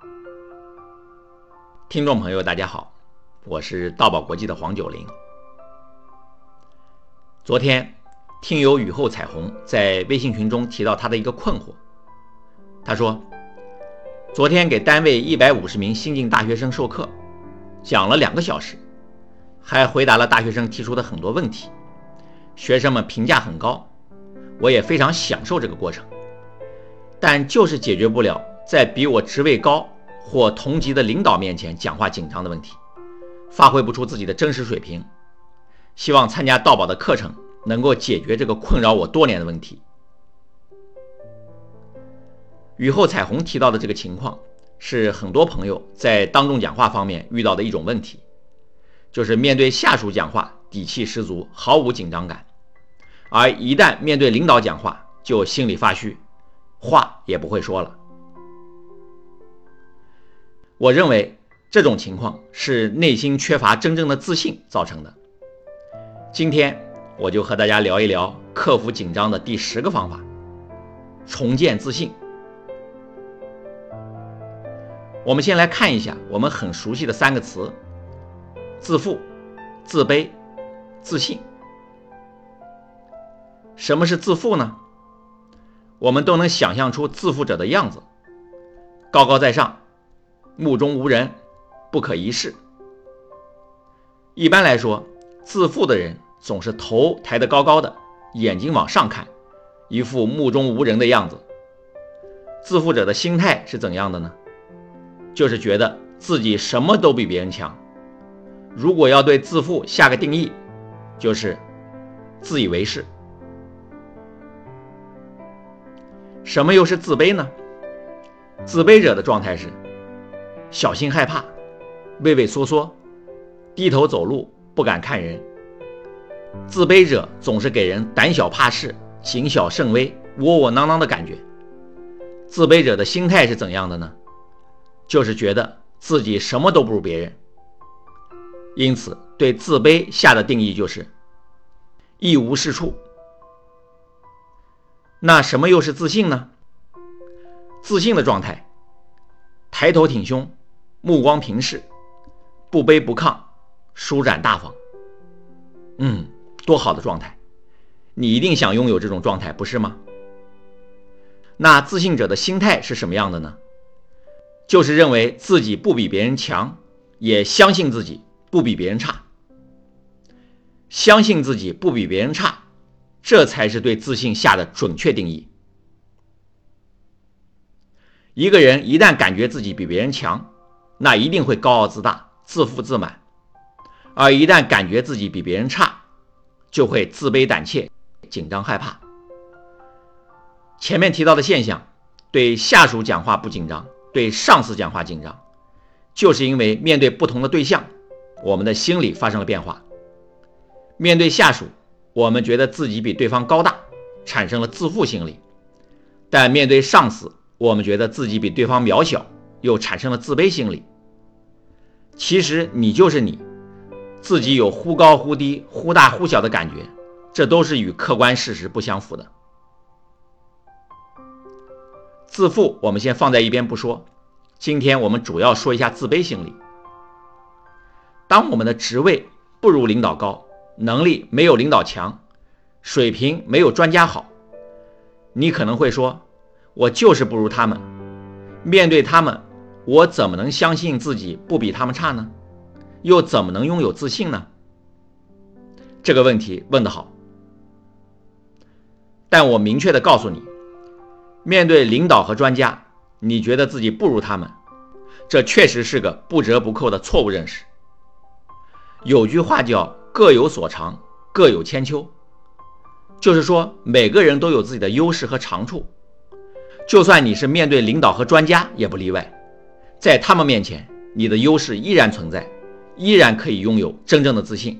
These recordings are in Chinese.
听众朋友大家好，我是道宝国际的黄九龄。昨天听友雨后彩虹在微信群中提到他的一个困惑，他说昨天给单位150名新进大学生授课，讲了2个小时，还回答了大学生提出的很多问题，学生们评价很高，我也非常享受这个过程，但就是解决不了在比我职位高或同级的领导面前讲话紧张的问题，发挥不出自己的真实水平。希望参加道宝的课程能够解决这个困扰我多年的问题。雨后彩虹提到的这个情况是很多朋友在当众讲话方面遇到的一种问题，就是面对下属讲话底气十足，毫无紧张感，而一旦面对领导讲话就心里发虚，话也不会说了。我认为这种情况是内心缺乏真正的自信造成的。今天我就和大家聊一聊克服紧张的第10个方法，重建自信。我们先来看一下我们很熟悉的3个词：自负、自卑、自信。什么是自负呢？我们都能想象出自负者的样子，高高在上，目中无人，不可一世。一般来说，自负的人总是头抬得高高的，眼睛往上看，一副目中无人的样子。自负者的心态是怎样的呢？就是觉得自己什么都比别人强。如果要对自负下个定义，就是自以为是。什么又是自卑呢？自卑者的状态是小心害怕，畏畏缩缩，低头走路，不敢看人。自卑者总是给人胆小怕事、谨小慎微、窝窝囊囊的感觉。自卑者的心态是怎样的呢？就是觉得自己什么都不如别人。因此对自卑下的定义就是一无是处。那什么又是自信呢？自信的状态，抬头挺胸，目光平视，不卑不亢，舒展大方。多好的状态，你一定想拥有这种状态，不是吗？那自信者的心态是什么样的呢？就是认为自己不比别人强，也相信自己不比别人差。相信自己不比别人差，这才是对自信下的准确定义。一个人一旦感觉自己比别人强，那一定会高傲自大，自负自满；而一旦感觉自己比别人差，就会自卑胆怯，紧张害怕。前面提到的现象，对下属讲话不紧张，对上司讲话紧张，就是因为面对不同的对象，我们的心理发生了变化。面对下属，我们觉得自己比对方高大，产生了自负心理；但面对上司，我们觉得自己比对方渺小，又产生了自卑心理。其实你就是你，自己有忽高忽低、忽大忽小的感觉，这都是与客观事实不相符的。自负我们先放在一边不说，今天我们主要说一下自卑心理。当我们的职位不如领导高，能力没有领导强，水平没有专家好，你可能会说，我就是不如他们，面对他们，我怎么能相信自己不比他们差呢？又怎么能拥有自信呢？这个问题问得好。但我明确地告诉你，面对领导和专家，你觉得自己不如他们，这确实是个不折不扣的错误认识。有句话叫各有所长，各有千秋，就是说每个人都有自己的优势和长处，就算你是面对领导和专家也不例外，在他们面前，你的优势依然存在，依然可以拥有真正的自信。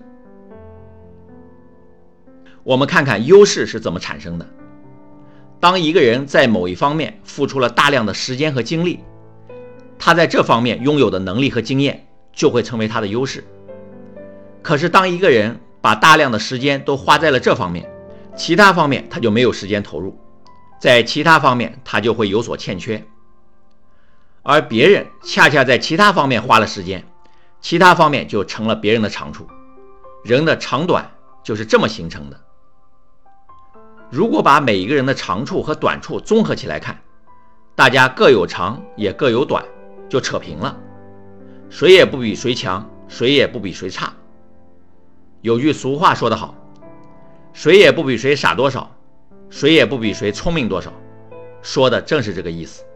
我们看看优势是怎么产生的。当一个人在某一方面付出了大量的时间和精力，他在这方面拥有的能力和经验就会成为他的优势。可是当一个人把大量的时间都花在了这方面，其他方面他就没有时间投入，在其他方面他就会有所欠缺。 而别人恰恰在其他方面花了时间，其他方面就成了别人的长处。人的长短就是这么形成的。如果把每一个人的长处和短处综合起来看，大家各有长也各有短，就扯平了，谁也不比谁强，谁也不比谁差。有句俗话说得好，谁也不比谁傻多少，谁也不比谁聪明多少，说的正是这个意思。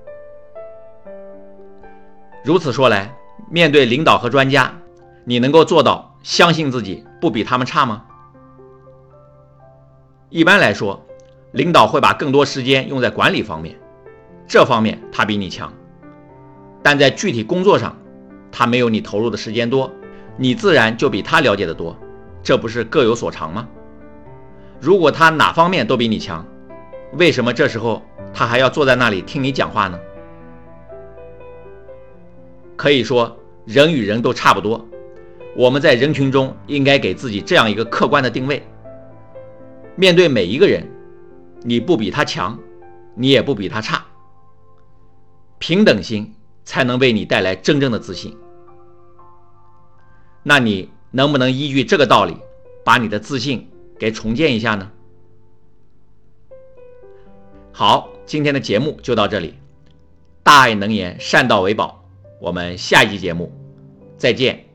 如此说来，面对领导和专家，你能够做到相信自己不比他们差吗？一般来说，领导会把更多时间用在管理方面，这方面他比你强，但在具体工作上，他没有你投入的时间多，你自然就比他了解的多，这不是各有所长吗？如果他哪方面都比你强，为什么这时候他还要坐在那里听你讲话呢？可以说，人与人都差不多，我们在人群中应该给自己这样一个客观的定位。面对每一个人，你不比他强，你也不比他差，平等心才能为你带来真正的自信。那你能不能依据这个道理，把你的自信给重建一下呢？好，今天的节目就到这里。大爱能言，善道为宝，我们下一期节目再见。